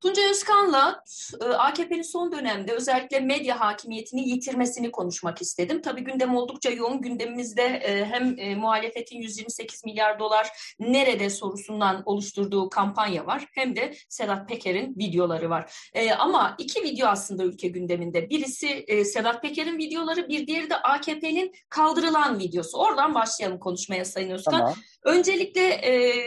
Tuncay Özkan'la AKP'nin son dönemde özellikle medya hakimiyetini yitirmesini konuşmak istedim. Tabii gündem oldukça yoğun. Gündemimizde hem muhalefetin 128 milyar dolar nerede sorusundan oluşturduğu kampanya var. Hem de Sedat Peker'in videoları var. Ama iki video aslında ülke gündeminde. Birisi Sedat Peker'in videoları, bir diğeri de AKP'nin kaldırılan videosu. Oradan başlayalım konuşmaya Sayın Özkan. Tamam. Öncelikle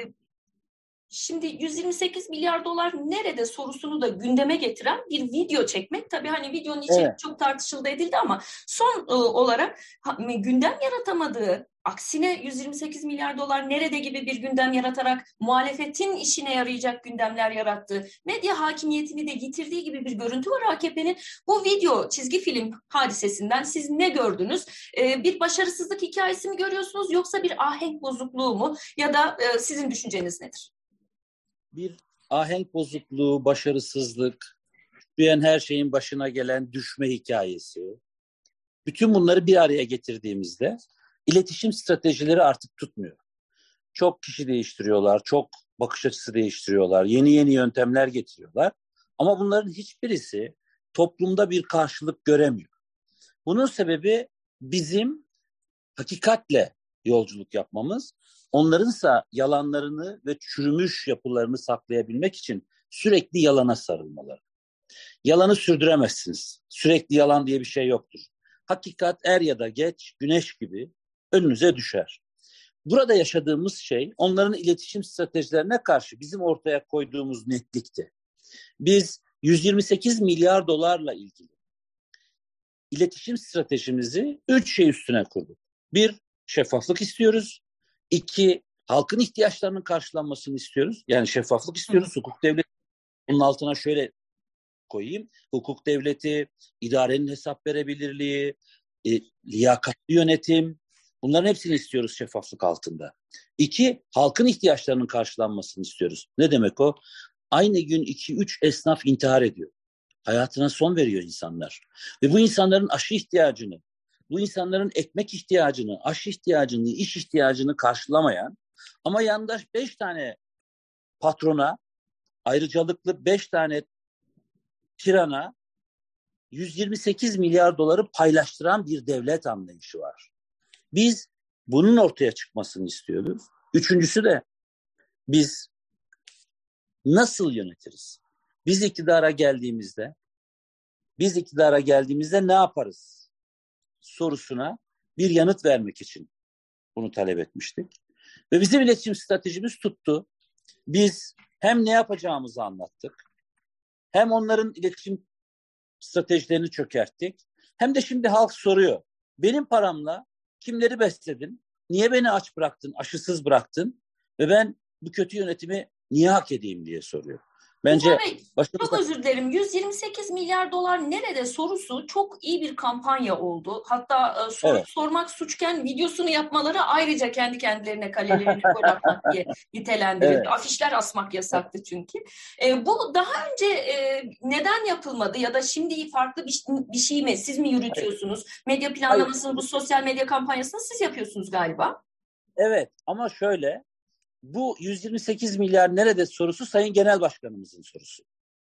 şimdi 128 milyar dolar nerede sorusunu da gündeme getiren bir video çekmek. Tabii hani videonun içeriği Evet. çok tartışıldı edildi ama son olarak gündem yaratamadığı, aksine 128 milyar dolar nerede gibi bir gündem yaratarak muhalefetin işine yarayacak gündemler yarattı. Medya hakimiyetini de yitirdiği gibi bir görüntü var AKP'nin. Bu video çizgi film hadisesinden siz ne gördünüz? Bir başarısızlık hikayesi mi görüyorsunuz yoksa bir ahenk bozukluğu mu? Ya da sizin düşünceniz nedir? Bir ahenk bozukluğu, başarısızlık, duyan her şeyin başına gelen düşme hikayesi. Bütün bunları bir araya getirdiğimizde iletişim stratejileri artık tutmuyor. Çok kişi değiştiriyorlar, çok bakış açısı değiştiriyorlar, yeni yeni yöntemler getiriyorlar. Ama bunların hiçbirisi toplumda bir karşılık göremiyor. Bunun sebebi bizim hakikatle yolculuk yapmamız, onlarınsa yalanlarını ve çürümüş yapılarını saklayabilmek için sürekli yalana sarılmaları. Yalanı sürdüremezsiniz. Sürekli yalan diye bir şey yoktur. Hakikat er ya da geç güneş gibi önünüze düşer. Burada yaşadığımız şey onların iletişim stratejilerine karşı bizim ortaya koyduğumuz netlikti. Biz 128 milyar dolarla ilgili iletişim stratejimizi 3 şey üstüne kurduk. 1, şeffaflık istiyoruz. 2, halkın ihtiyaçlarının karşılanmasını istiyoruz. Yani şeffaflık istiyoruz. Hukuk devleti, bunun altına şöyle koyayım. Hukuk devleti, idarenin hesap verebilirliği, liyakatli yönetim. Bunların hepsini istiyoruz şeffaflık altında. 2, halkın ihtiyaçlarının karşılanmasını istiyoruz. Ne demek o? Aynı gün 2-3 esnaf intihar ediyor. Hayatına son veriyor insanlar. Ve bu insanların aşı ihtiyacını, bu insanların ekmek ihtiyacını, aşı ihtiyacını, iş ihtiyacını karşılamayan ama yandaş 5 tane patrona, ayrıcalıklı 5 tane tirana 128 milyar doları paylaştıran bir devlet anlayışı var. Biz bunun ortaya çıkmasını istiyoruz. Üçüncüsü de biz nasıl yönetiriz? Biz iktidara geldiğimizde ne yaparız sorusuna bir yanıt vermek için bunu talep etmiştik. Ve bizim iletişim stratejimiz tuttu. Biz hem ne yapacağımızı anlattık, hem onların iletişim stratejilerini çökerttik, hem de şimdi halk soruyor. Benim paramla kimleri besledin? Niye beni aç bıraktın, aşısız bıraktın? Ve ben bu kötü yönetimi niye hak edeyim diye soruyor. Bence çok özür dilerim. 128 milyar dolar nerede sorusu çok iyi bir kampanya oldu. Hatta sormak suçken videosunu yapmaları ayrıca kendi kendilerine kalelerine gol atmak diye nitelendirildi. Evet. Afişler asmak yasaktı çünkü. Bu daha önce neden yapılmadı ya da şimdi farklı bir şey mi? Siz mi yürütüyorsunuz? Medya planlamasını, bu sosyal medya kampanyasını siz yapıyorsunuz galiba. Evet ama şöyle, bu 128 milyar nerede sorusu Sayın Genel Başkanımızın sorusu.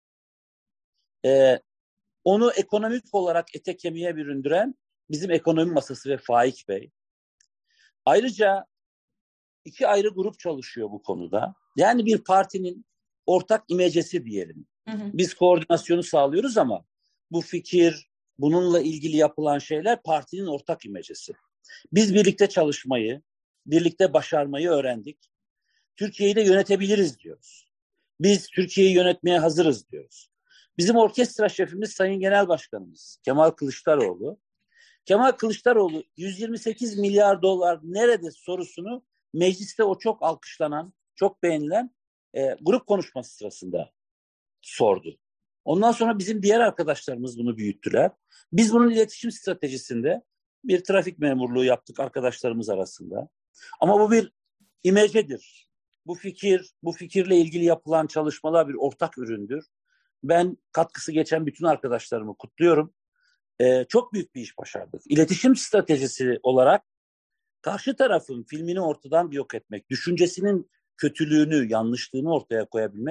Onu ekonomik olarak ete kemiğe büründüren bizim ekonomi masası ve Faik Bey. Ayrıca 2 ayrı grup çalışıyor bu konuda. Yani bir partinin ortak imecesi diyelim. Biz koordinasyonu sağlıyoruz ama bu fikir, bununla ilgili yapılan şeyler partinin ortak imecesi. Biz birlikte çalışmayı, birlikte başarmayı öğrendik. Türkiye'yi de yönetebiliriz diyoruz. Biz Türkiye'yi yönetmeye hazırız diyoruz. Bizim orkestra şefimiz Sayın Genel Başkanımız Kemal Kılıçdaroğlu. Kemal Kılıçdaroğlu 128 milyar dolar nerede sorusunu mecliste o çok alkışlanan, çok beğenilen grup konuşması sırasında sordu. Ondan sonra bizim diğer arkadaşlarımız bunu büyüttüler. Biz bunun iletişim stratejisinde bir trafik memurluğu yaptık arkadaşlarımız arasında. Ama bu bir imecedir. Bu fikirle ilgili yapılan çalışmalar bir ortak üründür. Ben katkısı geçen bütün arkadaşlarımı kutluyorum. Çok büyük bir iş başardık. İletişim stratejisi olarak karşı tarafın filmini ortadan yok etmek, düşüncesinin kötülüğünü, yanlışlığını ortaya koyabilmek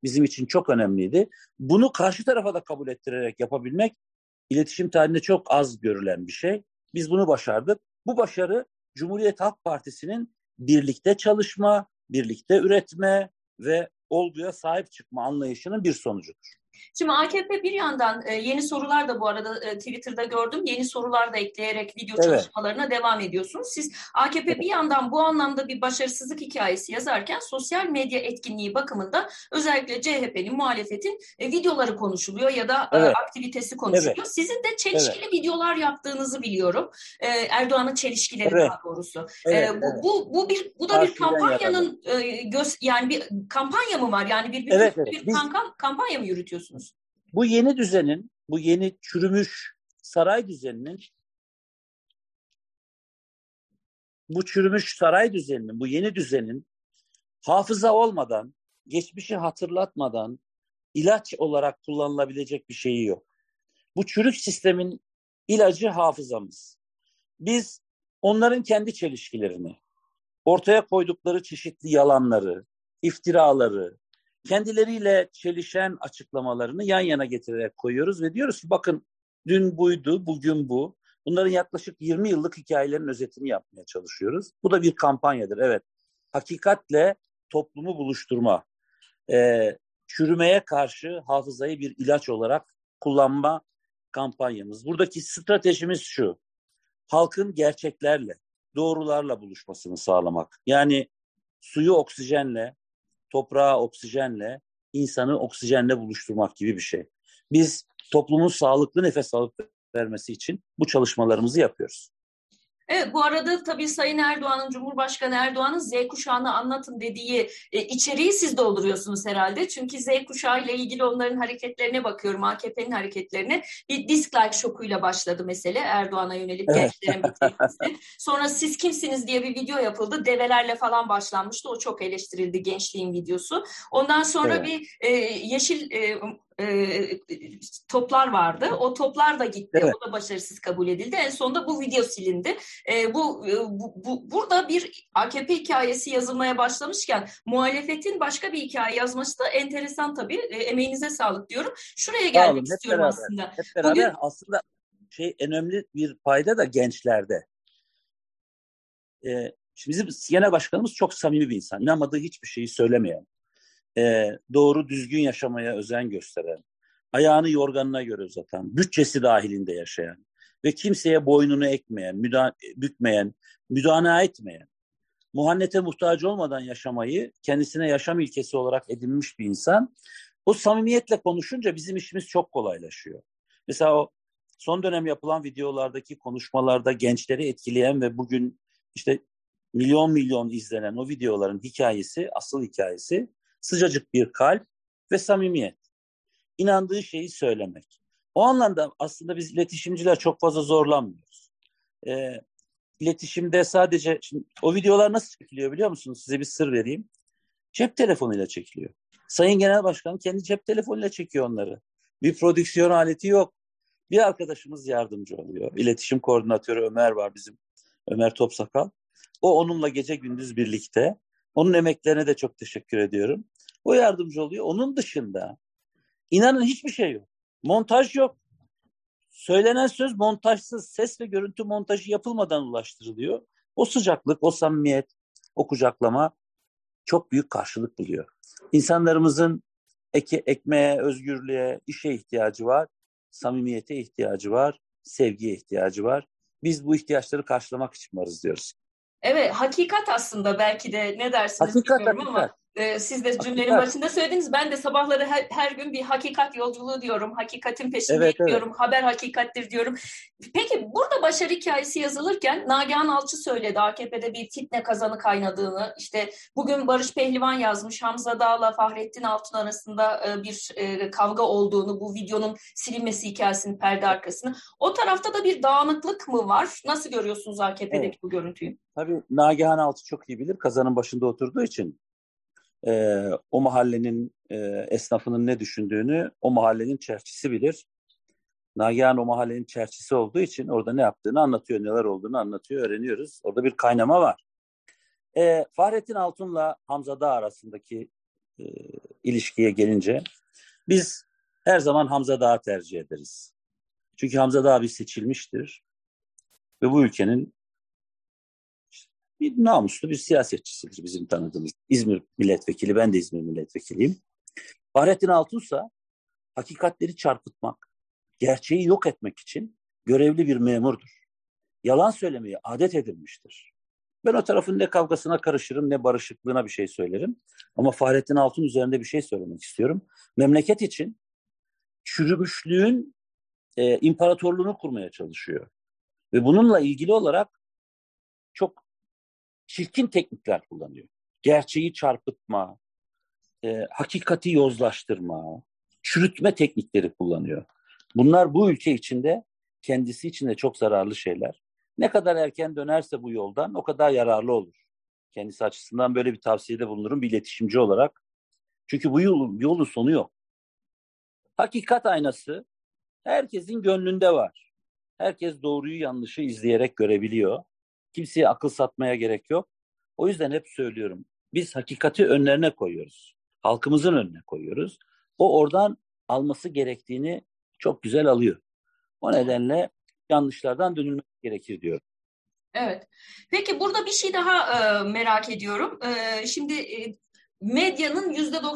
bizim için çok önemliydi. Bunu karşı tarafa da kabul ettirerek yapabilmek iletişim tarihinde çok az görülen bir şey. Biz bunu başardık. Bu başarı Cumhuriyet Halk Partisi'nin birlikte çalışma, birlikte üretme ve olguya sahip çıkma anlayışının bir sonucudur. Şimdi AKP bir yandan yeni sorular da bu arada Twitter'da gördüm. Yeni sorular da ekleyerek video çalışmalarına devam ediyorsunuz. Siz AKP bir yandan bu anlamda bir başarısızlık hikayesi yazarken sosyal medya etkinliği bakımında özellikle CHP'nin, muhalefetin videoları konuşuluyor ya da aktivitesi konuşuluyor. Sizin de çelişkili videolar yaptığınızı biliyorum. Erdoğan'ın çelişkileri daha doğrusu. Bu da bir kampanyanın yani bir kampanya mı var? Yani bir kampanya mı yürütüyorsunuz? Bu yeni düzenin, bu yeni çürümüş saray düzeninin, bu yeni düzenin hafıza olmadan, geçmişi hatırlatmadan ilaç olarak kullanılabilecek bir şeyi yok. Bu çürük sistemin ilacı hafızamız. Biz onların kendi çelişkilerini, ortaya koydukları çeşitli yalanları, iftiraları, kendileriyle çelişen açıklamalarını yan yana getirerek koyuyoruz ve diyoruz ki bakın dün buydu, bugün bu. Bunların yaklaşık 20 yıllık hikayelerin özetini yapmaya çalışıyoruz. Bu da bir kampanyadır, evet. Hakikatle toplumu buluşturma, çürümeye karşı hafızayı bir ilaç olarak kullanma kampanyamız. Buradaki stratejimiz şu, halkın gerçeklerle, doğrularla buluşmasını sağlamak. Yani suyu oksijenle, toprağı oksijenle, insanı oksijenle buluşturmak gibi bir şey. Biz toplumun sağlıklı nefes alıp vermesi için bu çalışmalarımızı yapıyoruz. Evet, bu arada tabii Sayın Erdoğan'ın, Cumhurbaşkanı Erdoğan'ın Z kuşağını anlatın dediği içeriği siz dolduruyorsunuz herhalde. Çünkü Z kuşağı ile ilgili onların hareketlerine bakıyorum, AKP'nin hareketlerine. Bir dislike şokuyla başladı mesele, Erdoğan'a yönelik gençlerin bir tepkisi. Sonra siz kimsiniz diye bir video yapıldı. Develerle falan başlanmıştı. O çok eleştirildi, gençliğin videosu. Ondan sonra bir yeşil toplar vardı. O toplar da gitti. O da başarısız kabul edildi. En sonunda bu video silindi. Burada bir AKP hikayesi yazılmaya başlamışken muhalefetin başka bir hikaye yazması da enteresan tabii. Emeğinize sağlık diyorum. Şuraya gelmek istiyorum aslında. Hep beraber aslında önemli bir payda da gençlerde. Şimdi bizim genel başkanımız çok samimi bir insan. İnanmadığı hiçbir şeyi söylemeyen. Doğru düzgün yaşamaya özen gösteren, ayağını yorganına göre uzatan, bütçesi dahilinde yaşayan ve kimseye boynunu eğmeyen, bükmeyen, müdana etmeyen, muhannete muhtaç olmadan yaşamayı kendisine yaşam ilkesi olarak edinmiş bir insan. O samimiyetle konuşunca bizim işimiz çok kolaylaşıyor. Mesela o son dönem yapılan videolardaki konuşmalarda gençleri etkileyen ve bugün işte milyon izlenen o videoların hikayesi, asıl hikayesi sıcacık bir kalp ve samimiyet. İnandığı şeyi söylemek. O anlamda aslında biz iletişimciler çok fazla zorlanmıyoruz. İletişimde sadece, şimdi o videolar nasıl çekiliyor biliyor musunuz? Size bir sır vereyim. Cep telefonuyla çekiliyor. Sayın Genel Başkan kendi cep telefonuyla çekiyor onları. Bir prodüksiyon aleti yok. Bir arkadaşımız yardımcı oluyor. İletişim koordinatörü Ömer var bizim. Ömer Topsakal. O onunla gece gündüz birlikte. Onun emeklerine de çok teşekkür ediyorum. O yardımcı oluyor. Onun dışında inanın hiçbir şey yok. Montaj yok. Söylenen söz montajsız, ses ve görüntü montajı yapılmadan ulaştırılıyor. O sıcaklık, o samimiyet, o kucaklama çok büyük karşılık buluyor. İnsanlarımızın ekmeğe, özgürlüğe, işe ihtiyacı var. Samimiyete ihtiyacı var. Sevgiye ihtiyacı var. Biz bu ihtiyaçları karşılamak için varız diyoruz. Evet, hakikat aslında belki de ne dersiniz bilmiyorum ama siz de cümlenin başında söylediniz. Ben de sabahları her gün bir hakikat yolculuğu diyorum. Hakikatin peşindeyim diyorum. Haber hakikattir diyorum. Peki burada başarı hikayesi yazılırken Nagihan Alçı söyledi AKP'de bir fitne kazanı kaynadığını. İşte bugün Barış Pehlivan yazmış. Hamza Dağ'la Fahrettin Altun arasında bir kavga olduğunu, bu videonun silinmesi hikayesinin perde arkasını. O tarafta da bir dağınıklık mı var? Nasıl görüyorsunuz AKP'deki bu görüntüyü? Tabii Nagihan Alçı çok iyi bilir. Kazanın başında oturduğu için o mahallenin esnafının ne düşündüğünü o mahallenin çerçisi bilir. Nagihan o mahallenin çerçisi olduğu için orada ne yaptığını anlatıyor, neler olduğunu anlatıyor, öğreniyoruz. Orada bir kaynama var. Fahrettin Altun'la Hamza Dağ arasındaki ilişkiye gelince biz her zaman Hamza Dağ'ı tercih ederiz. Çünkü Hamza Dağ bir seçilmiştir ve bu ülkenin bir namuslu bir siyasetçisidir bizim tanıdığımız. İzmir milletvekili, ben de İzmir milletvekiliyim. Fahrettin Altunsa hakikatleri çarpıtmak, gerçeği yok etmek için görevli bir memurdur. Yalan söylemeyi adet edinmiştir. Ben o tarafın ne kavgasına karışırım ne barışıklığına bir şey söylerim. Ama Fahrettin Altun üzerinde bir şey söylemek istiyorum. Memleket için çürümüşlüğün imparatorluğunu kurmaya çalışıyor. Ve bununla ilgili olarak çok çirkin teknikler kullanıyor. Gerçeği çarpıtma, hakikati yozlaştırma, çürütme teknikleri kullanıyor. Bunlar bu ülke içinde kendisi için de çok zararlı şeyler. Ne kadar erken dönerse bu yoldan o kadar yararlı olur. Kendisi açısından böyle bir tavsiyede bulunurum bir iletişimci olarak. Çünkü bu yolun sonu yok. Hakikat aynası herkesin gönlünde var. Herkes doğruyu yanlışı izleyerek görebiliyor. Kimseye akıl satmaya gerek yok. O yüzden hep söylüyorum. Biz hakikati önlerine koyuyoruz. Halkımızın önüne koyuyoruz. O oradan alması gerektiğini çok güzel alıyor. O nedenle yanlışlardan dönülmek gerekir diyorum. Evet. Peki burada bir şey daha merak ediyorum. Şimdi medyanın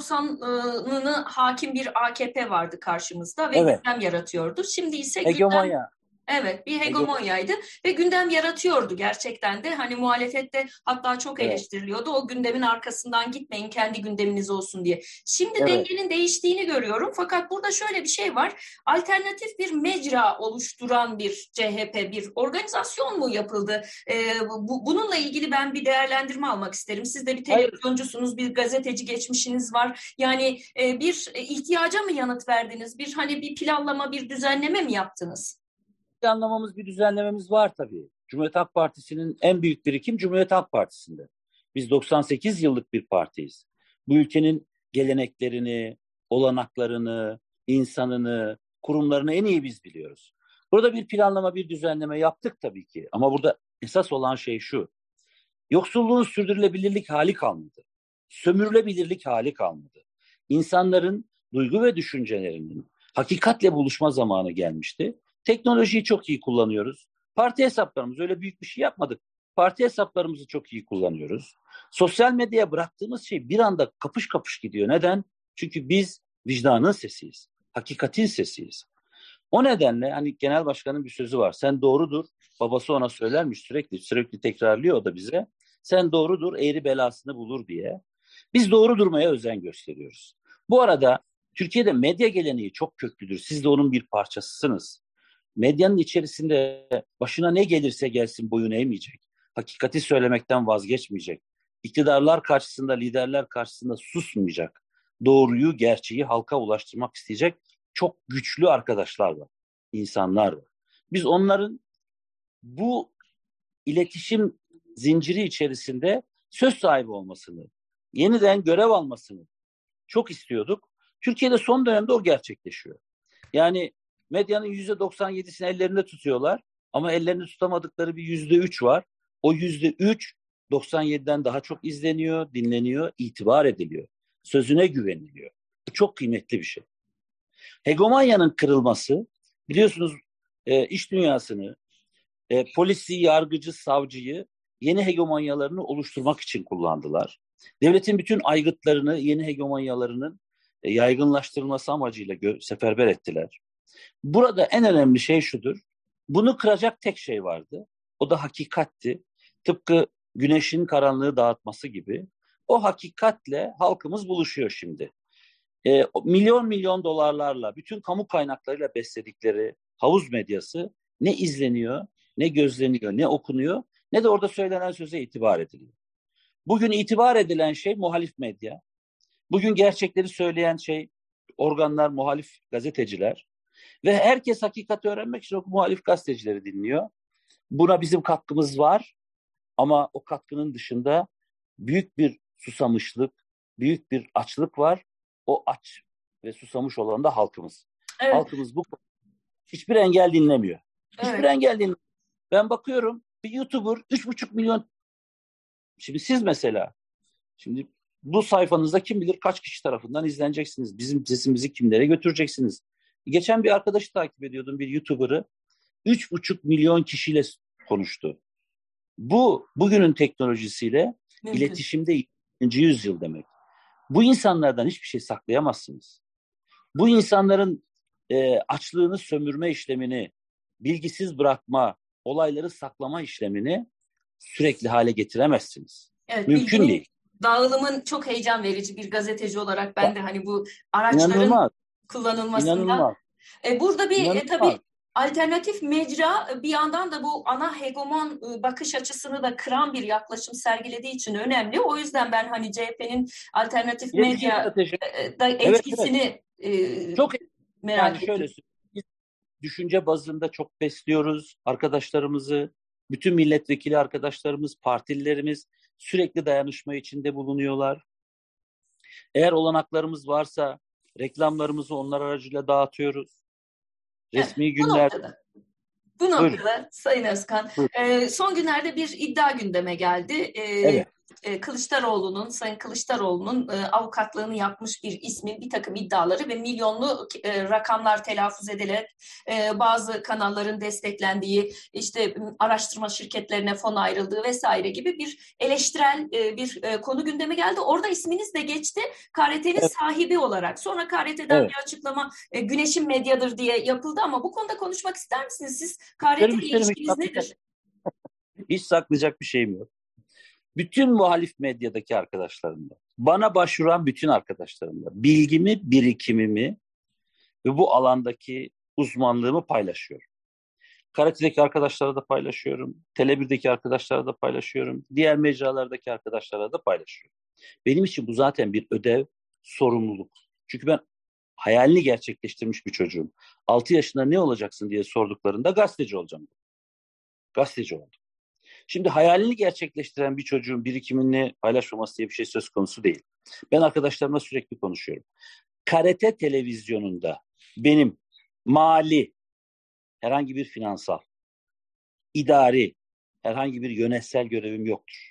%90'ını hakim bir AKP vardı karşımızda ve Evet. gündem yaratıyordu. Şimdi ise Hegemonya. evet, bir hegemonyaydı ve gündem yaratıyordu gerçekten de. Hani muhalefette hatta çok eleştiriliyordu. O gündemin arkasından gitmeyin, kendi gündeminiz olsun diye. Şimdi dengenin değiştiğini görüyorum. Fakat burada şöyle bir şey var. Alternatif bir mecra oluşturan bir CHP, bir organizasyon mu yapıldı? Bununla ilgili ben bir değerlendirme almak isterim. Siz de bir televizyoncusunuz, bir gazeteci geçmişiniz var. Yani bir ihtiyaca mı yanıt verdiniz? Bir planlama, bir düzenleme mi yaptınız? Anlamamız, bir düzenlememiz var tabii. Cumhuriyet Halk Partisi'nin en büyük birikim Cumhuriyet Halk Partisi'nde. Biz 98 yıllık bir partiyiz. Bu ülkenin geleneklerini, olanaklarını, insanını, kurumlarını en iyi biz biliyoruz. Burada bir planlama, bir düzenleme yaptık tabii ki. Ama burada esas olan şey şu. Yoksulluğun sürdürülebilirlik hali kalmadı. Sömürülebilirlik hali kalmadı. İnsanların duygu ve düşüncelerinin hakikatle buluşma zamanı gelmişti. Teknolojiyi çok iyi kullanıyoruz. Parti hesaplarımız öyle büyük bir şey yapmadık. Parti hesaplarımızı çok iyi kullanıyoruz. Sosyal medyaya bıraktığımız şey bir anda kapış kapış gidiyor. Neden? Çünkü biz vicdanın sesiyiz. Hakikatin sesiyiz. O nedenle hani genel başkanın bir sözü var. Sen doğrudur. Babası ona söylermiş sürekli tekrarlıyor o da bize. Sen doğrudur, eğri belasını bulur diye. Biz doğru durmaya özen gösteriyoruz. Bu arada Türkiye'de medya geleneği çok köklüdür. Siz de onun bir parçasısınız. Medyanın içerisinde başına ne gelirse gelsin boyun eğmeyecek. Hakikati söylemekten vazgeçmeyecek. İktidarlar karşısında, liderler karşısında susmayacak. Doğruyu, gerçeği halka ulaştırmak isteyecek çok güçlü arkadaşlar var, insanlar var. Biz onların bu iletişim zinciri içerisinde söz sahibi olmasını, yeniden görev almasını çok istiyorduk. Türkiye'de son dönemde o gerçekleşiyor. Yani medyanın %97'sini ellerinde tutuyorlar ama ellerinde tutamadıkları bir %3 var. O %3 97'den daha çok izleniyor, dinleniyor, itibar ediliyor. Sözüne güveniliyor. Bu çok kıymetli bir şey. Hegemonyanın kırılması, biliyorsunuz iş dünyasını, polisi, yargıcı, savcıyı yeni hegemonyalarını oluşturmak için kullandılar. Devletin bütün aygıtlarını yeni hegemonyalarının yaygınlaştırılması amacıyla seferber ettiler. Burada en önemli şey şudur. Bunu kıracak tek şey vardı. O da hakikatti. Tıpkı güneşin karanlığı dağıtması gibi. O hakikatle halkımız buluşuyor şimdi. Milyon milyon dolarlarla, bütün kamu kaynaklarıyla besledikleri havuz medyası ne izleniyor, ne gözleniyor, ne okunuyor, ne de orada söylenen söze itibar ediliyor. Bugün itibar edilen şey muhalif medya. Bugün gerçekleri söyleyen şey organlar, muhalif gazeteciler. Ve herkes hakikati öğrenmek için o muhalif gazetecileri dinliyor. Buna bizim katkımız var ama o katkının dışında büyük bir susamışlık, büyük bir açlık var. O aç ve susamış olan da halkımız. Evet. Halkımız bu hiçbir engel dinlemiyor. Evet. Hiçbir engel dinlemiyor. Ben bakıyorum bir YouTuber 3,5 milyon. Şimdi siz mesela, şimdi Bu sayfanızda kim bilir kaç kişi tarafından izleneceksiniz. Bizim sesimizi kimlere götüreceksiniz. Geçen bir arkadaşı takip ediyordum, bir YouTuber'ı. 3,5 milyon kişiyle konuştu. Bu bugünün teknolojisiyle Mümkün. iletişimde 20. yüzyıl demek. Bu insanlardan hiçbir şey saklayamazsınız. Bu insanların açlığını sömürme işlemini, bilgisiz bırakma, olayları saklama işlemini sürekli hale getiremezsiniz. Evet, Mümkün bilginin değil. dağılımın çok heyecan verici, bir gazeteci olarak ben de hani bu araçların İnanılmaz, kullanılmasında. inanılmaz, Burada bir inanılmaz. tabii alternatif mecra, bir yandan da bu ana hegemon bakış açısını da kıran bir yaklaşım sergilediği için önemli. O yüzden ben hani CHP'nin alternatif İletişim medya strateji. da Evet, evet. etkisini Çok yani merak şöyle ettim. söyleyeyim. Biz düşünce bazında çok besliyoruz arkadaşlarımızı. Bütün milletvekili arkadaşlarımız, partililerimiz sürekli dayanışma içinde bulunuyorlar. Eğer olanaklarımız varsa reklamlarımızı onlar aracıyla dağıtıyoruz. Evet, Resmi bu günler. noktada. Bu Buyurun. noktada Sayın Özkan, Buyurun. son günlerde bir iddia gündeme geldi. Evet. Sayın Kılıçdaroğlu'nun avukatlığını yapmış bir ismin bir takım iddiaları ve milyonlu rakamlar telaffuz edilerek bazı kanalların desteklendiği, işte araştırma şirketlerine fon ayrıldığı vesaire gibi bir eleştirel bir konu gündeme geldi. Orada isminiz de geçti, KRT'nin Evet. sahibi olarak. Sonra KRT'den Evet. bir açıklama Güneşin Medyadır diye yapıldı ama bu konuda konuşmak ister misiniz? Siz KRT ile Üstelik ilişkiniz nedir? hiç saklayacak bir şeyim yok. Bütün muhalif medyadaki arkadaşlarımla, bana başvuran bütün arkadaşlarımla bilgimi, birikimimi ve bu alandaki uzmanlığımı paylaşıyorum. Karate'deki arkadaşlara da paylaşıyorum. Tele1'deki arkadaşlara da paylaşıyorum. Diğer mecralardaki arkadaşlara da paylaşıyorum. Benim için bu zaten bir ödev, sorumluluk. Çünkü ben hayalini gerçekleştirmiş bir çocuğum. 6 yaşında ne olacaksın diye sorduklarında gazeteci olacağım. Gazeteci oldum. Şimdi hayalini gerçekleştiren bir çocuğun birikimini paylaşmaması diye bir şey söz konusu değil. Ben arkadaşlarımla sürekli konuşuyorum. KRT televizyonunda benim mali, herhangi bir finansal, idari, herhangi bir yönetsel görevim yoktur.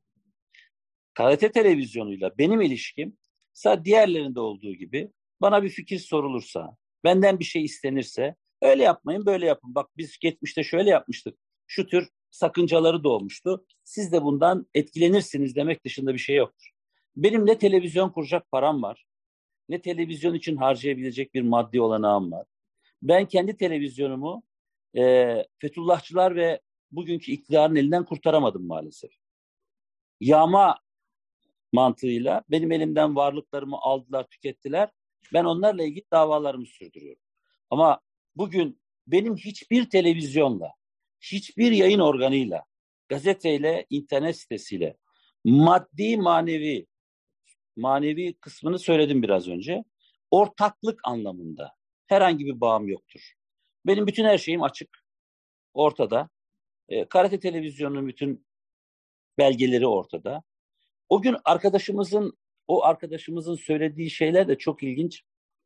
KRT televizyonuyla benim ilişkim sadece diğerlerinde olduğu gibi bana bir fikir sorulursa, benden bir şey istenirse öyle yapmayın böyle yapın. Bak biz geçmişte şöyle yapmıştık. Şu tür sakıncaları doğmuştu. Siz de bundan etkilenirsiniz demek dışında bir şey yoktur. Benim ne televizyon kuracak param var, ne televizyon için harcayabilecek bir maddi olanağım var. Ben kendi televizyonumu Fethullahçılar ve bugünkü iktidarın elinden kurtaramadım maalesef. Yağma mantığıyla benim elimden varlıklarımı aldılar, tükettiler. Ben onlarla ilgili davalarımı sürdürüyorum. Ama bugün benim hiçbir televizyonla, hiçbir yayın organıyla, gazeteyle, internet sitesiyle maddi manevi kısmını söyledim biraz önce. Ortaklık anlamında herhangi bir bağım yoktur. Benim bütün her şeyim açık, ortada. KRT Televizyonu'nun bütün belgeleri ortada. O gün arkadaşımızın söylediği şeyler de çok ilginç.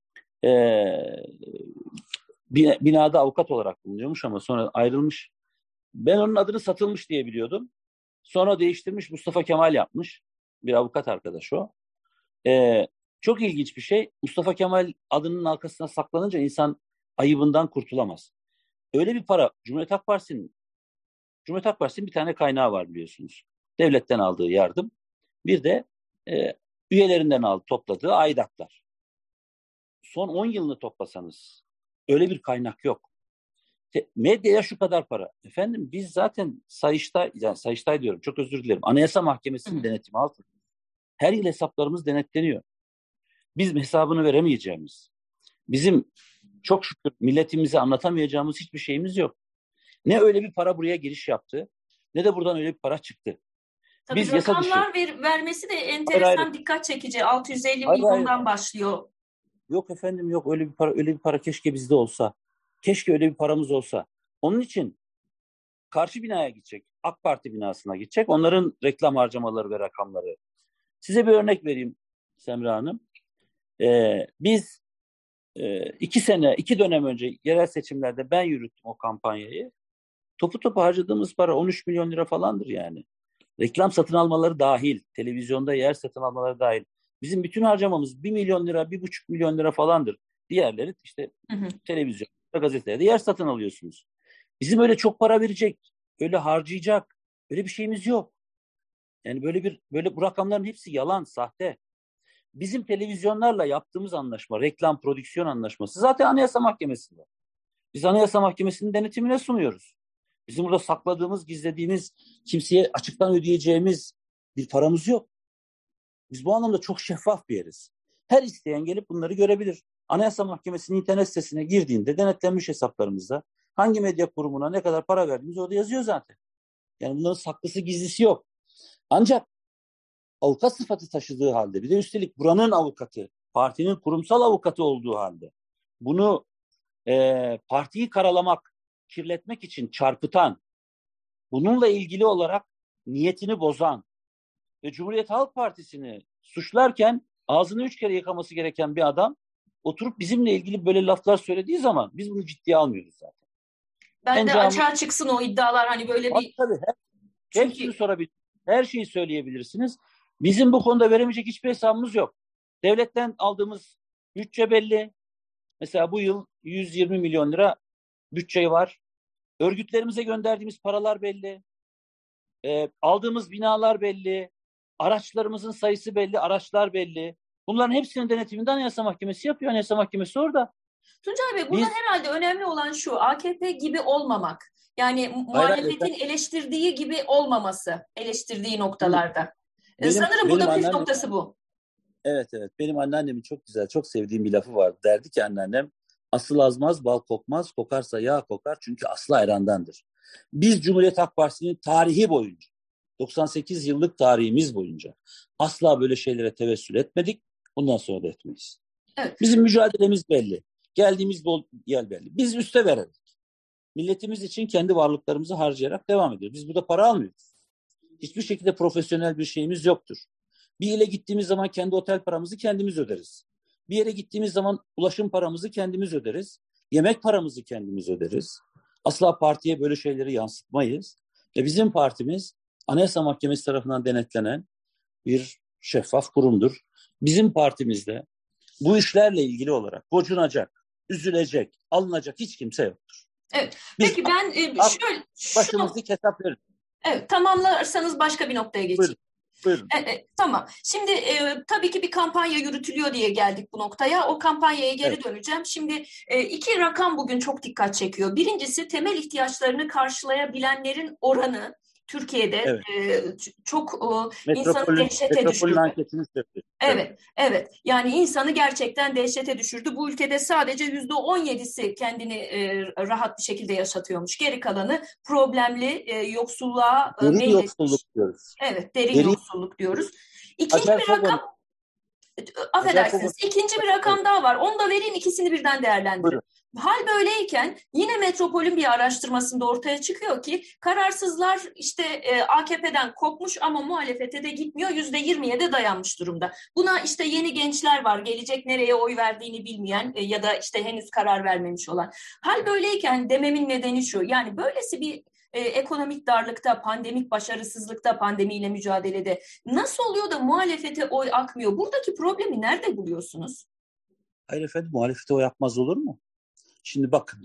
Binada avukat olarak bulunuyormuş ama sonra ayrılmış. Ben onun adını Satılmış diye biliyordum. Sonra değiştirmiş, Mustafa Kemal yapmış. Bir avukat arkadaş o. Çok ilginç bir şey. Mustafa Kemal adının arkasına saklanınca insan ayıbından kurtulamaz. Öyle bir para Cumhuriyet Halk Partisi'nin bir tane kaynağı var biliyorsunuz. Devletten aldığı yardım. Bir de üyelerinden topladığı aidatlar. Son 10 yılını toplasanız öyle bir kaynak yok. Medyaya şu kadar para. Efendim biz zaten Sayıştay diyorum, çok özür dilerim. Anayasa Mahkemesi'nin denetimi altında. Her yıl hesaplarımız denetleniyor. Biz hesabını veremeyeceğimiz, bizim çok şükür milletimize anlatamayacağımız hiçbir şeyimiz yok. Ne öyle bir para buraya giriş yaptı, ne de buradan öyle bir para çıktı. Tabii Biz yasa dışı. rakamlar vermesi de Hayır, enteresan, dikkat çekici. 650 hayır, milyondan başlıyor. Yok efendim yok, öyle bir para keşke bizde olsa. Keşke öyle bir paramız olsa. Onun için karşı binaya gidecek. AK Parti binasına gidecek. Onların reklam harcamaları ve rakamları. Size bir örnek vereyim Semra Hanım. Biz 2 dönem önce yerel seçimlerde ben yürüttüm o kampanyayı. Topu harcadığımız para 13 milyon lira falandır yani. Reklam satın almaları dahil, televizyonda yer satın almaları dahil. Bizim bütün harcamamız 1 milyon lira, 1,5 milyon lira falandır. Diğerleri işte Hı hı. televizyon, gazetelerde yer satın alıyorsunuz. Bizim öyle çok para verecek, öyle harcayacak, öyle bir şeyimiz yok. Yani böyle bu rakamların hepsi yalan, sahte. Bizim televizyonlarla yaptığımız anlaşma, reklam prodüksiyon anlaşması zaten Anayasa Mahkemesi'nde. Biz Anayasa Mahkemesi'nin denetimine sunuyoruz. Bizim burada sakladığımız, gizlediğimiz, kimseye açıktan ödeyeceğimiz bir paramız yok. Biz bu anlamda çok şeffaf bir yeriz. Her isteyen gelip bunları görebilir. Anayasa Mahkemesi'nin internet sitesine girdiğinde denetlenmiş hesaplarımızda hangi medya kurumuna ne kadar para verdiğimiz orada yazıyor zaten. Yani bunların saklısı gizlisi yok. Ancak avukat sıfatı taşıdığı halde, bir de üstelik buranın avukatı, partinin kurumsal avukatı olduğu halde bunu partiyi karalamak, kirletmek için çarpıtan, bununla ilgili olarak niyetini bozan ve Cumhuriyet Halk Partisi'ni suçlarken ağzını 3 kere yıkaması gereken bir adam oturup bizimle ilgili böyle laflar söylediği zaman biz bunu ciddiye almıyoruz zaten. Ben de açığa çıksın o iddialar, hani böyle bir... Tabii, Çünkü... hepsini sorabilirsiniz. Her şeyi söyleyebilirsiniz. Bizim bu konuda veremeyecek hiçbir hesabımız yok. Devletten aldığımız bütçe belli. Mesela bu yıl 120 milyon lira bütçe var. Örgütlerimize gönderdiğimiz paralar belli. Aldığımız binalar belli. Araçlarımızın sayısı belli. Araçlar belli. Bunların hepsinin denetiminde Anayasa Mahkemesi yapıyor. Anayasa Mahkemesi orada. Tuncay Bey, burada herhalde önemli olan şu: AKP gibi olmamak. Yani muhalefetin eleştirdiği gibi olmaması, eleştirdiği noktalarda. Sanırım burada püf noktası bu. Evet. Benim anneannemin çok güzel, çok sevdiğim bir lafı vardı. Derdi ki anneannem, asıl azmaz, bal kokmaz, kokarsa yağ kokar çünkü aslı ayrandandır. Biz Cumhuriyet Halk Partisi'nin tarihi boyunca, 98 yıllık tarihimiz boyunca asla böyle şeylere tevessül etmedik. Bundan sonra da etmeyiz. Evet. Bizim mücadelemiz belli. Geldiğimiz yer belli. Biz üste vererek, milletimiz için kendi varlıklarımızı harcayarak devam ediyoruz. Biz burada para almıyoruz. Hiçbir şekilde profesyonel bir şeyimiz yoktur. Bir ile gittiğimiz zaman kendi otel paramızı kendimiz öderiz. Bir yere gittiğimiz zaman ulaşım paramızı kendimiz öderiz. Yemek paramızı kendimiz öderiz. Asla partiye böyle şeyleri yansıtmayız. Ve bizim partimiz Anayasa Mahkemesi tarafından denetlenen bir şeffaf kurumdur. Bizim partimizde bu işlerle ilgili olarak gocunacak, üzülecek, alınacak hiç kimse yoktur. Evet. Peki ben şöyle... Başımızı hesap veririz. Evet, tamamlarsanız başka bir noktaya geçeyim. Buyurun. Tamam. Şimdi tabii ki bir kampanya yürütülüyor diye geldik bu noktaya. O kampanyaya geri döneceğim. Şimdi iki rakam bugün çok dikkat çekiyor. Birincisi, temel ihtiyaçlarını karşılayabilenlerin oranı Türkiye'de çok insanı dehşete düşürdü. Evet. Yani insanı gerçekten dehşete düşürdü. Bu ülkede sadece %17'si kendini rahat bir şekilde yaşatıyormuş. Geri kalanı problemli, yoksulluğa derin yoksulluk diyoruz. Evet, derin yoksulluk diyoruz. İkinci bir rakam, affedersiniz, ikinci bir rakam daha var. Onu da vereyim, ikisini birden değerlendirin. Buyurun. Hal böyleyken yine Metropol'ün bir araştırmasında ortaya çıkıyor ki kararsızlar işte AKP'den kopmuş ama muhalefete de gitmiyor, %20'ye de dayanmış durumda. Buna işte yeni gençler var, gelecek nereye oy verdiğini bilmeyen ya da işte henüz karar vermemiş olan. Hal böyleyken dememin nedeni şu: yani böylesi bir ekonomik darlıkta, pandemik başarısızlıkta, pandemiyle mücadelede nasıl oluyor da muhalefete oy akmıyor? Buradaki problemi nerede buluyorsunuz? Hayır efendim, muhalefete oy akmaz olur mu? Şimdi bakın,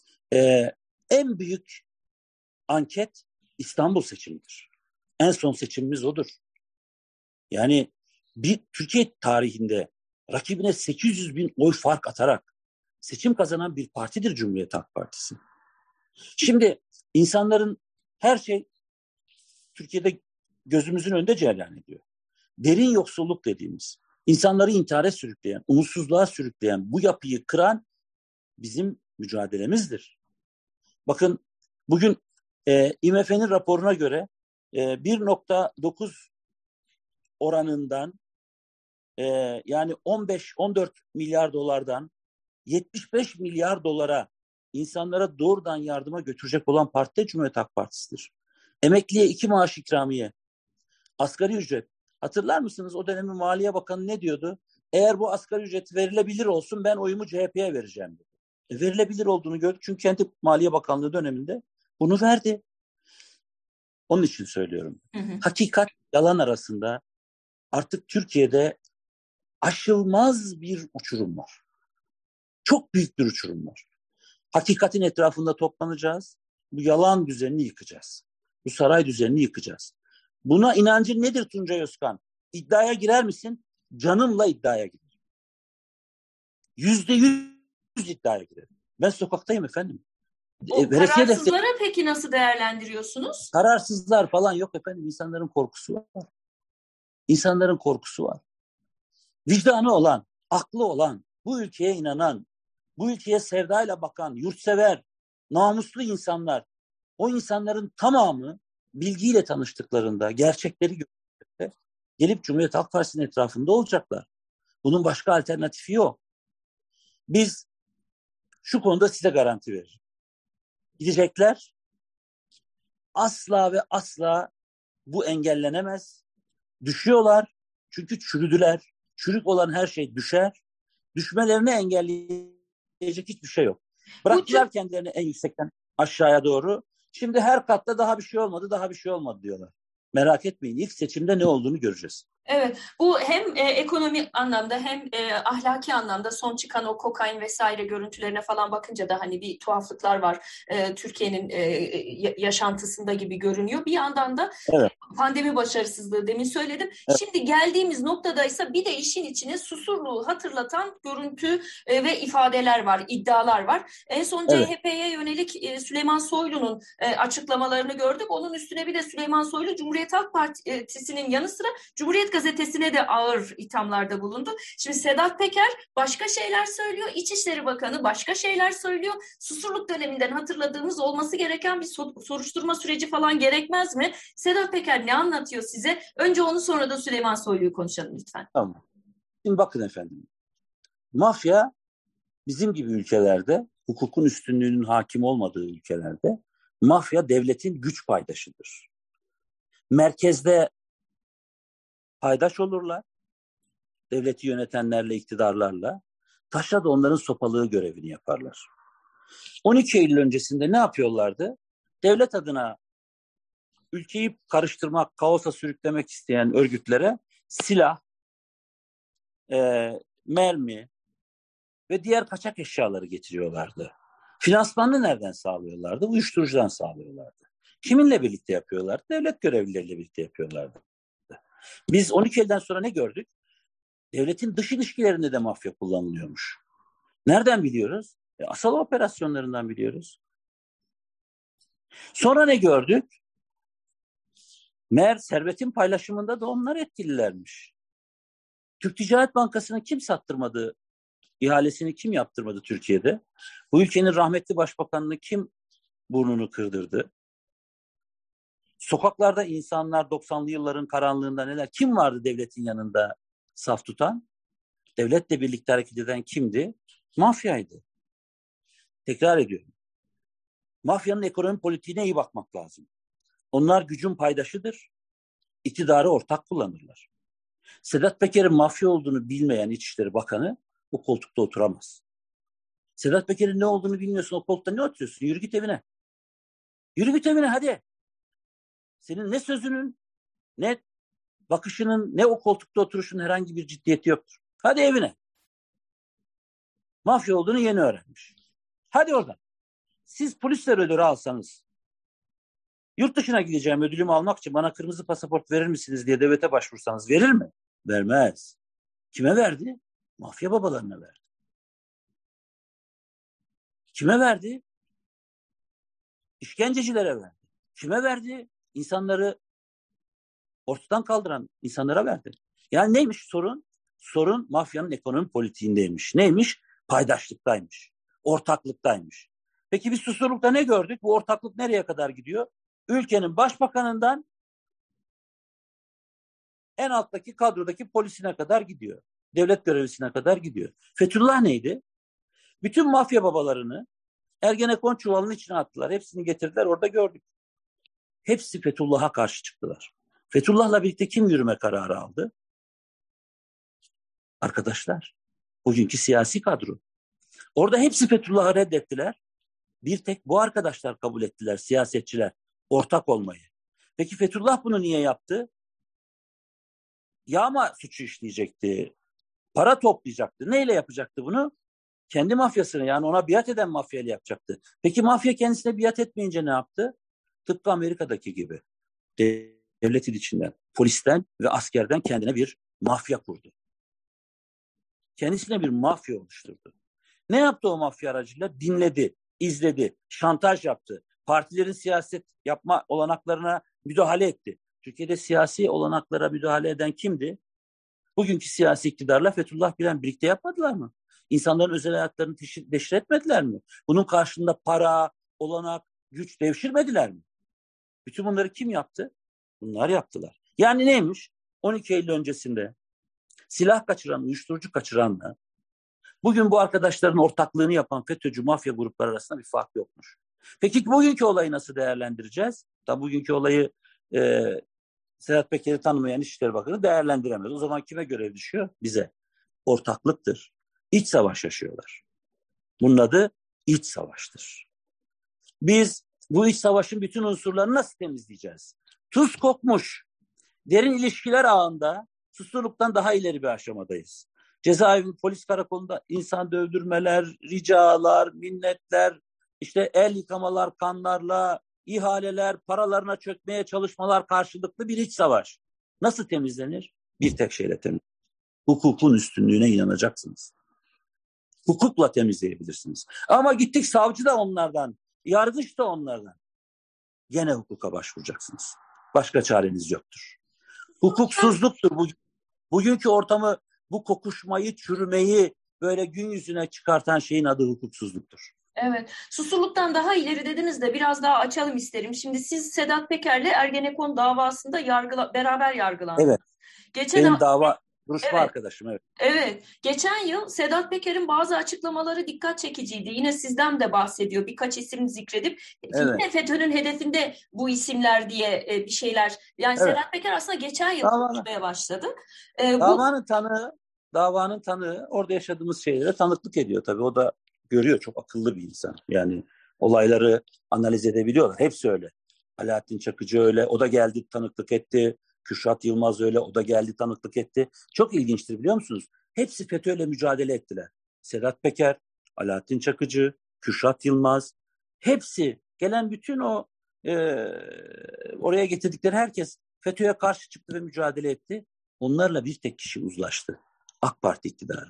en büyük anket İstanbul seçimidir. En son seçimimiz odur. Yani bir Türkiye tarihinde rakibine 800 bin oy fark atarak seçim kazanan bir partidir Cumhuriyet Halk Partisi. Şimdi insanların her şey Türkiye'de gözümüzün önünde cereyan ediyor. Derin yoksulluk dediğimiz, insanları intihara sürükleyen, umutsuzluğa sürükleyen bu yapıyı kıran bizim mücadelemizdir. Bakın bugün IMF'nin raporuna göre 1,9 oranından yani 15-14 milyar dolardan 75 milyar dolara insanlara doğrudan yardıma götürecek olan parti de Cumhuriyet Halk Partisi'dir. Emekliye 2 maaş ikramiye, asgari ücret. Hatırlar mısınız o dönemin Maliye Bakanı ne diyordu? Eğer bu asgari ücret verilebilir olsun ben oyumu CHP'ye vereceğim dedi. Verilebilir olduğunu gördük çünkü kendi Maliye Bakanlığı döneminde bunu verdi. Onun için söylüyorum. Hı hı. Hakikat, yalan arasında artık Türkiye'de aşılmaz bir uçurum var. Çok büyük bir uçurum var. Hakikatin etrafında toplanacağız. Bu yalan düzenini yıkacağız. Bu saray düzenini yıkacağız. Buna inancın nedir Tuncay Özkan? İddiaya girer misin? Canımla iddiaya girerim. %100 iddiaya girerim. Ben sokaktayım efendim. O Veresiye defteri. kararsızlara peki nasıl değerlendiriyorsunuz? Kararsızlar falan yok efendim. İnsanların korkusu var. İnsanların korkusu var. Vicdanı olan, aklı olan, bu ülkeye inanan, bu ülkeye sevdayla bakan, yurtsever, namuslu insanlar, o insanların tamamı bilgiyle tanıştıklarında, gerçekleri gördüklerinde gelip Cumhuriyet Halk Partisi'nin etrafında olacaklar. Bunun başka alternatifi yok. Biz şu konuda size garanti veririm. Gidecekler, asla ve asla bu engellenemez. Düşüyorlar çünkü çürüdüler. Çürük olan her şey düşer. Düşmelerini engelleyecek hiçbir şey yok. Bıraktılar kendilerini en yüksekten aşağıya doğru. Şimdi her katta daha bir şey olmadı, daha bir şey olmadı diyorlar. Merak etmeyin, ilk seçimde ne olduğunu göreceğiz. Evet, bu hem ekonomik anlamda hem ahlaki anlamda son çıkan o kokain vesaire görüntülerine falan bakınca da hani bir tuhaflıklar var. Türkiye'nin yaşantısında gibi görünüyor. Bir yandan da evet. Pandemi başarısızlığı demin söyledim. Evet. Şimdi geldiğimiz noktadaysa bir de işin içine Susurluğu hatırlatan görüntü ve ifadeler var, iddialar var. En son Evet. CHP'ye yönelik Süleyman Soylu'nun açıklamalarını gördük. Onun üstüne bir de Süleyman Soylu Cumhuriyet Halk Partisi'nin yanı sıra Cumhuriyet Gazetesi'ne de ağır ithamlarda bulundu. Şimdi Sedat Peker başka şeyler söylüyor. İçişleri Bakanı başka şeyler söylüyor. Susurluk döneminden hatırladığımız olması gereken bir soruşturma süreci falan gerekmez mi? Sedat Peker ne anlatıyor size? Önce onu sonra da Süleyman Soylu'yu konuşalım lütfen. Tamam. Şimdi bakın efendim. Mafya bizim gibi ülkelerde, hukukun üstünlüğünün hakim olmadığı ülkelerde mafya devletin güç paydaşıdır. Merkezde paydaş olurlar. Devleti yönetenlerle, iktidarlarla. Taşra da onların sopalığı görevini yaparlar. 12 Eylül öncesinde ne yapıyorlardı? Devlet adına ülkeyi karıştırmak, kaosa sürüklemek isteyen örgütlere silah, mermi ve diğer kaçak eşyaları getiriyorlardı. Finansmanını nereden sağlıyorlardı? Uyuşturucudan sağlıyorlardı. Kiminle birlikte yapıyorlardı? Devlet görevlileriyle birlikte yapıyorlardı. Biz 12 Eylül'den sonra ne gördük? Devletin dış ilişkilerinde de mafya kullanılıyormuş. Nereden biliyoruz? Asal operasyonlarından biliyoruz. Sonra ne gördük? Meğer servetin paylaşımında da onlar etkililermiş. Türk Ticaret Bankası'nı kim sattırmadı? İhalesini kim yaptırmadı Türkiye'de? Bu ülkenin rahmetli başbakanını kim burnunu kırdırdı? Sokaklarda insanlar 90'lı yılların karanlığında neler? Kim vardı devletin yanında saf tutan? Devletle birlikte hareket eden kimdi? Mafyaydı. Tekrar ediyorum. Mafyanın ekonomi politiğine iyi bakmak lazım. Onlar gücün paydaşıdır. İktidarı ortak kullanırlar. Sedat Peker'in mafya olduğunu bilmeyen İçişleri Bakanı o koltukta oturamaz. Sedat Peker'in ne olduğunu bilmiyorsun, o koltukta ne oturuyorsun? Yürü git evine. Yürü git evine hadi. Senin ne sözünün, ne bakışının, ne o koltukta oturuşunun herhangi bir ciddiyeti yoktur. Hadi evine. Mafya olduğunu yeni öğrenmiş. Hadi oradan. Siz polisler ödülü alsanız, yurt dışına gideceğim ödülümü almak için bana kırmızı pasaport verir misiniz diye devlete başvursanız verir mi? Vermez. Kime verdi? Mafya babalarına verdi. Kime verdi? İşkencecilere verdi. Kime verdi? İnsanları ortadan kaldıran insanlara verdi. Yani neymiş sorun? Sorun mafyanın ekonomi politiğindeymiş. Neymiş? Paydaşlıktaymış. Ortaklıktaymış. Peki biz Susurluk'ta ne gördük? Bu ortaklık nereye kadar gidiyor? Ülkenin başbakanından en alttaki kadrodaki polisine kadar gidiyor. Devlet görevlisine kadar gidiyor. Fethullah neydi? Bütün mafya babalarını Ergenekon çuvalının içine attılar. Hepsini getirdiler, orada gördük. Hepsi Fethullah'a karşı çıktılar. Fethullah'la birlikte kim yürüme kararı aldı? Arkadaşlar, bugünkü siyasi kadro. Orada hepsi Fethullah'ı reddettiler. Bir tek bu arkadaşlar kabul ettiler, siyasetçiler, ortak olmayı. Peki Fethullah bunu niye yaptı? Yağma suçu işleyecekti. Para toplayacaktı. Neyle yapacaktı bunu? Kendi mafyasını, yani ona biat eden mafyayla yapacaktı. Peki mafya kendisine biat etmeyince ne yaptı? Tıpkı Amerika'daki gibi. Devletin içinden, polisten ve askerden kendine bir mafya kurdu. Kendisine bir mafya oluşturdu. Ne yaptı o mafya aracıyla? Dinledi, izledi, şantaj yaptı. Partilerin siyaset yapma olanaklarına müdahale etti. Türkiye'de siyasi olanaklara müdahale eden kimdi? Bugünkü siyasi iktidarla Fethullah Gülen birlikte yapmadılar mı? İnsanların özel hayatlarını deşir etmediler mi? Bunun karşılığında para, olanak, güç devşirmediler mi? Bütün bunları kim yaptı? Bunlar yaptılar. Yani neymiş? 12 Eylül öncesinde silah kaçıran, uyuşturucu kaçıranla bugün bu arkadaşların ortaklığını yapan FETÖ'cü mafya grupları arasında bir fark yokmuş. Peki bugünkü olayı nasıl değerlendireceğiz? Tabii bugünkü olayı Sedat Peker'i tanımayan İçişleri Bakanı değerlendiremez. O zaman kime görev düşüyor? Bize. Ortaklıktır. İç savaş yaşıyorlar. Bunun adı iç savaştır. Biz bu iç savaşın bütün unsurlarını nasıl temizleyeceğiz? Tuz kokmuş, derin ilişkiler ağında susurluktan daha ileri bir aşamadayız. Cezaevi, polis karakolunda insan dövdürmeler, ricalar, minnetler, işte el yıkamalar kanlarla, ihaleler, paralarına çökmeye çalışmalar karşılıklı bir iç savaş. Nasıl temizlenir? Bir tek şeyle temizlenir. Hukukun üstünlüğüne inanacaksınız. Hukukla temizleyebilirsiniz. Ama gittik savcı da onlardan, yargıç da onlardan. Gene hukuka başvuracaksınız. Başka çareniz yoktur. Hukuksuzluktur. Bugünkü ortamı, bu kokuşmayı, çürümeyi böyle gün yüzüne çıkartan şeyin adı hukuksuzluktur. Evet. Susurluktan daha ileri dediniz de biraz daha açalım isterim. Şimdi siz Sedat Peker'le Ergenekon davasında beraber yargılandınız. Evet. Benim duruşma arkadaşım. Evet. Evet. Geçen yıl Sedat Peker'in bazı açıklamaları dikkat çekiciydi. Yine sizden de bahsediyor. Birkaç isim zikredip yine FETÖ'nün hedefinde bu isimler diye bir şeyler. Yani evet. Sedat Peker aslında geçen yıl konuşmaya başladı. Davanın tanığı orada yaşadığımız şeylere tanıklık ediyor tabii. O da görüyor, çok akıllı bir insan. Yani olayları analiz edebiliyorlar. Hepsi öyle. Alaaddin Çakıcı öyle. O da geldi tanıklık etti. Kürşat Yılmaz öyle. O da geldi tanıklık etti. Çok ilginçtir biliyor musunuz? Hepsi FETÖ'yle mücadele ettiler. Sedat Peker, Alaaddin Çakıcı, Kürşat Yılmaz. Hepsi gelen bütün o oraya getirdikleri herkes FETÖ'ye karşı çıktı ve mücadele etti. Onlarla bir tek kişi uzlaştı. AK Parti iktidarı.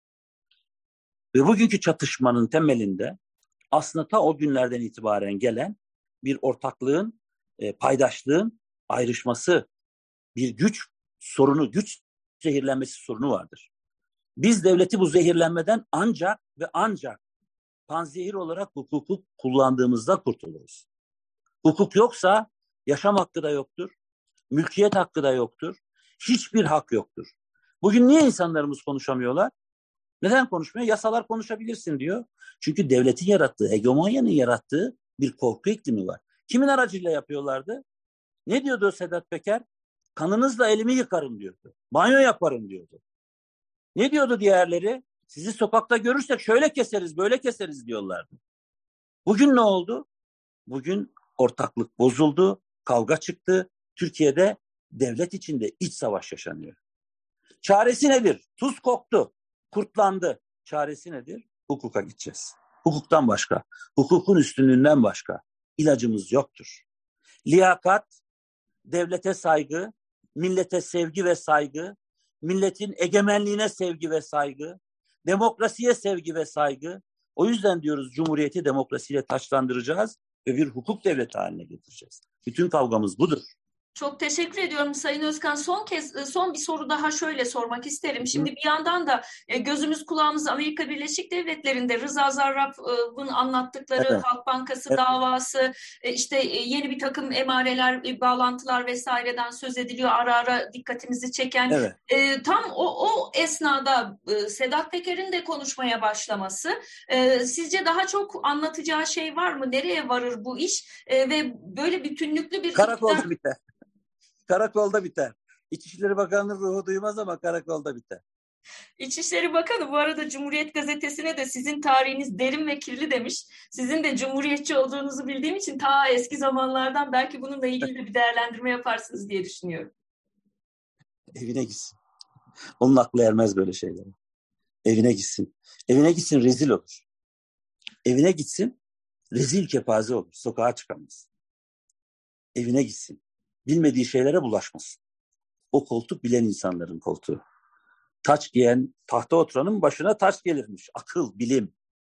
Ve bugünkü çatışmanın temelinde aslında ta o günlerden itibaren gelen bir ortaklığın, paydaşlığın ayrışması, bir güç sorunu, güç zehirlenmesi sorunu vardır. Biz devleti bu zehirlenmeden ancak ve ancak panzehir olarak hukuku kullandığımızda kurtuluruz. Hukuk yoksa yaşam hakkı da yoktur, mülkiyet hakkı da yoktur, hiçbir hak yoktur. Bugün niye insanlarımız konuşamıyorlar? Neden konuşmuyor? Yasalar konuşabilirsin diyor. Çünkü devletin yarattığı, hegemonyanın yarattığı bir korku iklimi var. Kimin aracıyla yapıyorlardı? Ne diyordu Sedat Peker? Kanınızla elimi yıkarım diyordu. Banyo yaparım diyordu. Ne diyordu diğerleri? Sizi sokakta görürsek şöyle keseriz, böyle keseriz diyorlardı. Bugün ne oldu? Bugün ortaklık bozuldu, kavga çıktı. Türkiye'de devlet içinde iç savaş yaşanıyor. Çaresi nedir? Tuz koktu, kurtlandı. Çaresi nedir? Hukuka gideceğiz. Hukuktan başka, hukukun üstünlüğünden başka ilacımız yoktur. Liyakat, devlete saygı, millete sevgi ve saygı, milletin egemenliğine sevgi ve saygı, demokrasiye sevgi ve saygı. O yüzden diyoruz Cumhuriyeti demokrasiyle taçlandıracağız ve bir hukuk devleti haline getireceğiz. Bütün kavgamız budur. Çok teşekkür ediyorum Sayın Özkan. Son bir soru daha şöyle sormak isterim. Şimdi bir yandan da gözümüz kulağımız Amerika Birleşik Devletleri'nde Rıza Zarrab'ın anlattıkları Halk Bankası davası, işte yeni bir takım emareler, bağlantılar vesaireden söz ediliyor. Ara ara dikkatimizi çeken. Tam o esnada Sedat Peker'in de konuşmaya başlaması. Sizce daha çok anlatacağı şey var mı? Nereye varır bu iş? Ve böyle bütünlüklü bir... Karakolda biter. Karakolda biter. İçişleri Bakanlığı ruhu duymaz ama karakolda biter. İçişleri Bakanı bu arada Cumhuriyet Gazetesi'ne de sizin tarihiniz derin ve kirli demiş. Sizin de cumhuriyetçi olduğunuzu bildiğim için ta eski zamanlardan belki bununla ilgili de bir değerlendirme yaparsınız diye düşünüyorum. Evine gitsin. Onun aklı ermez böyle şeylere. Evine gitsin. Evine gitsin, rezil olur. Evine gitsin, rezil kepaze olur. Sokağa çıkamaz. Evine gitsin. Bilmediği şeylere bulaşmasın. O koltuk bilen insanların koltuğu. Taç giyen, tahta oturanın başına taç gelirmiş. Akıl, bilim.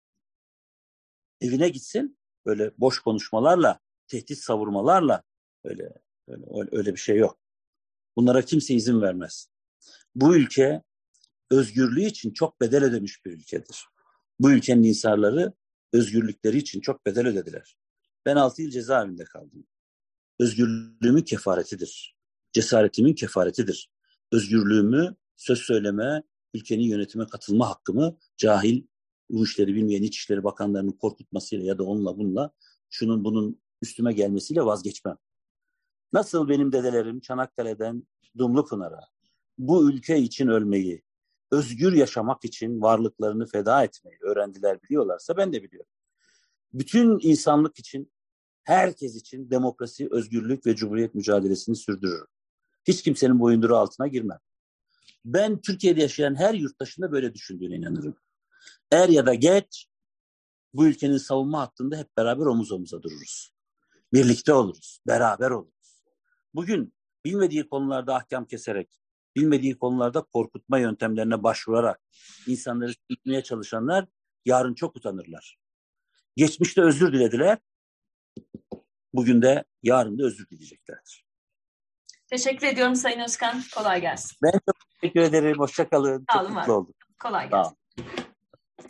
Evine gitsin, böyle boş konuşmalarla, tehdit savurmalarla öyle bir şey yok. Bunlara kimse izin vermez. Bu ülke özgürlüğü için çok bedel ödemiş bir ülkedir. Bu ülkenin insanları özgürlükleri için çok bedel ödediler. Ben 6 yıl cezaevinde kaldım. Özgürlüğümün kefaretidir. Cesaretimin kefaretidir. Özgürlüğümü, söz söyleme, ülkenin yönetime katılma hakkımı cahil, bu işleri bilmeyen İçişleri Bakanlarının korkutmasıyla ya da onunla bununla şunun bunun üstüme gelmesiyle vazgeçmem. Nasıl benim dedelerim Çanakkale'den Dumlupınar'a bu ülke için ölmeyi, özgür yaşamak için varlıklarını feda etmeyi öğrendiler, biliyorlarsa ben de biliyorum. Bütün insanlık için, herkes için demokrasi, özgürlük ve cumhuriyet mücadelesini sürdürürüm. Hiç kimsenin boyunduruğu altına girmem. Ben Türkiye'de yaşayan her yurttaşın da böyle düşündüğüne inanırım. Er ya da geç bu ülkenin savunma hattında hep beraber omuz omuza dururuz. Birlikte oluruz, beraber oluruz. Bugün bilmediği konularda ahkam keserek, bilmediği konularda korkutma yöntemlerine başvurarak insanları tutmaya çalışanlar yarın çok utanırlar. Geçmişte özür dilediler, bugün de yarın da özür dileyeceklerdir. Teşekkür ediyorum Sayın Özkan. Kolay gelsin. Ben çok teşekkür ederim. Hoşça kalın. Sağ Çok olun, mutlu oldum. kolay gelsin.